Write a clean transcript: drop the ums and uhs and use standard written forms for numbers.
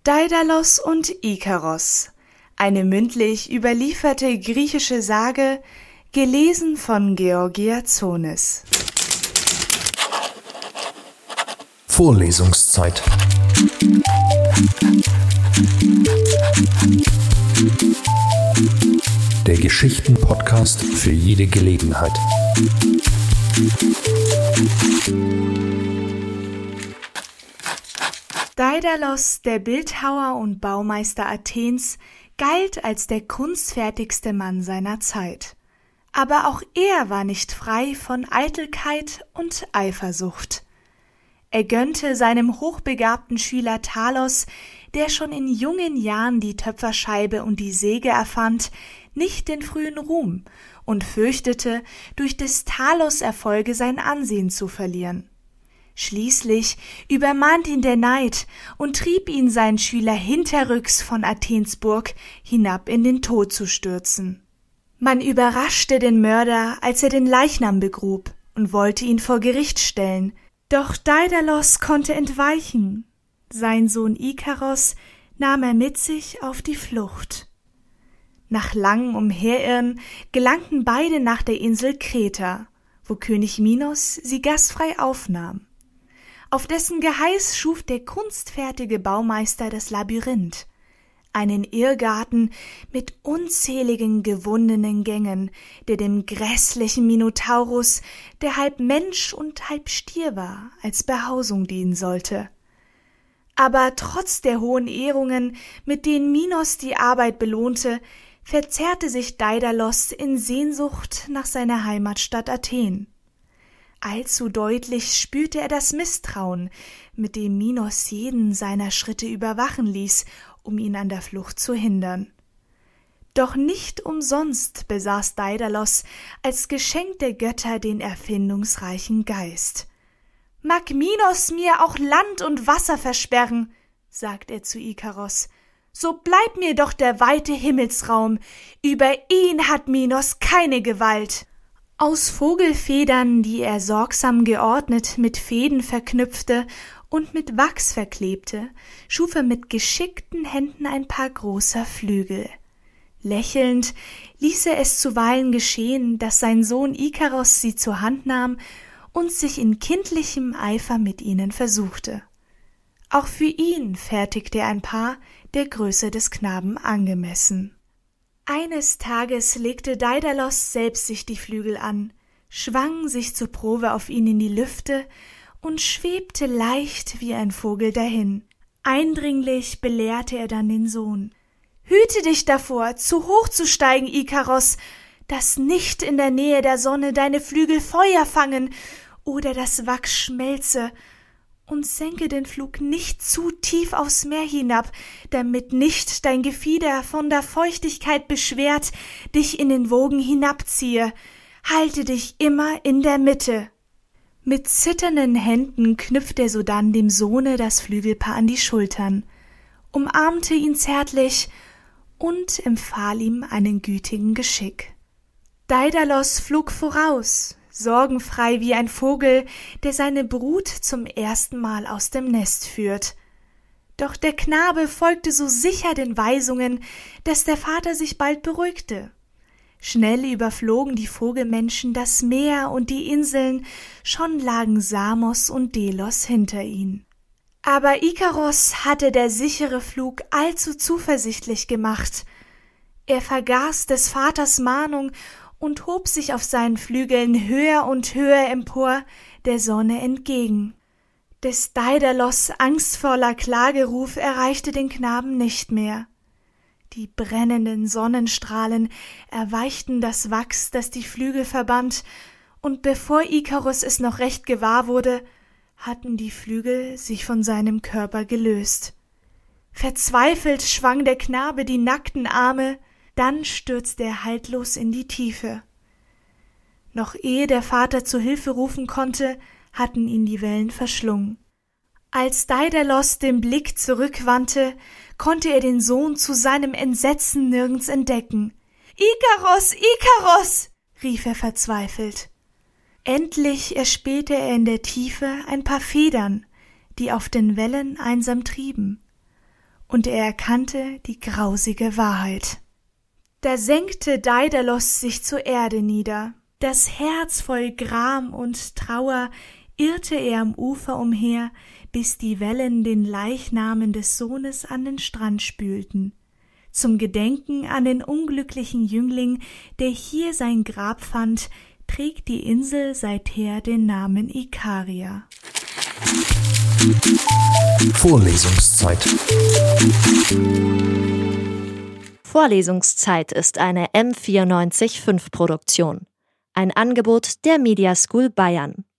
Daidalos und Ikaros, eine mündlich überlieferte griechische Sage, gelesen von Georgia Zonis. Vorlesungszeit. Der Geschichten-Podcast für jede Gelegenheit. Daidalos, der Bildhauer und Baumeister Athens, galt als der kunstfertigste Mann seiner Zeit. Aber auch er war nicht frei von Eitelkeit und Eifersucht. Er gönnte seinem hochbegabten Schüler Talos, der schon in jungen Jahren die Töpferscheibe und die Säge erfand, nicht den frühen Ruhm und fürchtete, durch des Talos Erfolge sein Ansehen zu verlieren. Schließlich übermannt ihn der Neid und trieb ihn, sein Schüler hinterrücks von Athens Burg hinab in den Tod zu stürzen. Man überraschte den Mörder, als er den Leichnam begrub, und wollte ihn vor Gericht stellen, doch Daidalos konnte entweichen. Sein Sohn Ikaros nahm er mit sich auf die Flucht. Nach langem Umherirren gelangten beide nach der Insel Kreta, wo König Minos sie gastfrei aufnahm. Auf dessen Geheiß schuf der kunstfertige Baumeister das Labyrinth, einen Irrgarten mit unzähligen gewundenen Gängen, der dem grässlichen Minotaurus, der halb Mensch und halb Stier war, als Behausung dienen sollte. Aber trotz der hohen Ehrungen, mit denen Minos die Arbeit belohnte, verzehrte sich Daidalos in Sehnsucht nach seiner Heimatstadt Athen. Allzu deutlich spürte er das Misstrauen, mit dem Minos jeden seiner Schritte überwachen ließ, um ihn an der Flucht zu hindern. Doch nicht umsonst besaß Daidalos als Geschenk der Götter den erfindungsreichen Geist. »Mag Minos mir auch Land und Wasser versperren«, sagt er zu Ikaros, »so bleibt mir doch der weite Himmelsraum, über ihn hat Minos keine Gewalt.« Aus Vogelfedern, die er sorgsam geordnet mit Fäden verknüpfte und mit Wachs verklebte, schuf er mit geschickten Händen ein paar großer Flügel. Lächelnd ließ er es zuweilen geschehen, dass sein Sohn Ikaros sie zur Hand nahm und sich in kindlichem Eifer mit ihnen versuchte. Auch für ihn fertigte er ein Paar, der Größe des Knaben angemessen. Eines Tages legte Daidalos selbst sich die Flügel an, schwang sich zur Probe auf ihn in die Lüfte und schwebte leicht wie ein Vogel dahin. Eindringlich belehrte er dann den Sohn. »Hüte dich davor, zu hoch zu steigen, Ikaros, dass nicht in der Nähe der Sonne deine Flügel Feuer fangen oder das Wachs schmelze, und senke den Flug nicht zu tief aufs Meer hinab, damit nicht dein Gefieder von der Feuchtigkeit beschwert dich in den Wogen hinabziehe. Halte dich immer in der Mitte.« Mit zitternden Händen knüpfte er sodann dem Sohne das Flügelpaar an die Schultern, umarmte ihn zärtlich und empfahl ihm einen gütigen Geschick. Daidalos flog voraus, sorgenfrei wie ein Vogel, der seine Brut zum ersten Mal aus dem Nest führt. Doch der Knabe folgte so sicher den Weisungen, dass der Vater sich bald beruhigte. Schnell überflogen die Vogelmenschen das Meer und die Inseln, schon lagen Samos und Delos hinter ihnen. Aber Ikaros hatte der sichere Flug allzu zuversichtlich gemacht. Er vergaß des Vaters Mahnung und hob sich auf seinen Flügeln höher und höher empor, der Sonne entgegen. Des Daidalos angstvoller Klageruf erreichte den Knaben nicht mehr. Die brennenden Sonnenstrahlen erweichten das Wachs, das die Flügel verband, und bevor Ikaros es noch recht gewahr wurde, hatten die Flügel sich von seinem Körper gelöst. Verzweifelt schwang der Knabe die nackten Arme, dann stürzte er haltlos in die Tiefe. Noch ehe der Vater zu Hilfe rufen konnte, hatten ihn die Wellen verschlungen. Als Daidalos den Blick zurückwandte, konnte er den Sohn zu seinem Entsetzen nirgends entdecken. »Ikaros, Ikaros!« rief er verzweifelt. Endlich erspähte er in der Tiefe ein paar Federn, die auf den Wellen einsam trieben. und er erkannte die grausige Wahrheit. Da senkte Daidalos sich zur Erde nieder. Das Herz voll Gram und Trauer irrte er am Ufer umher, bis die Wellen den Leichnamen des Sohnes an den Strand spülten. Zum Gedenken an den unglücklichen Jüngling, der hier sein Grab fand, trägt die Insel seither den Namen Ikaria. Vorlesungszeit. Vorlesungszeit ist eine M94.5 Produktion. Ein Angebot der Media School Bayern.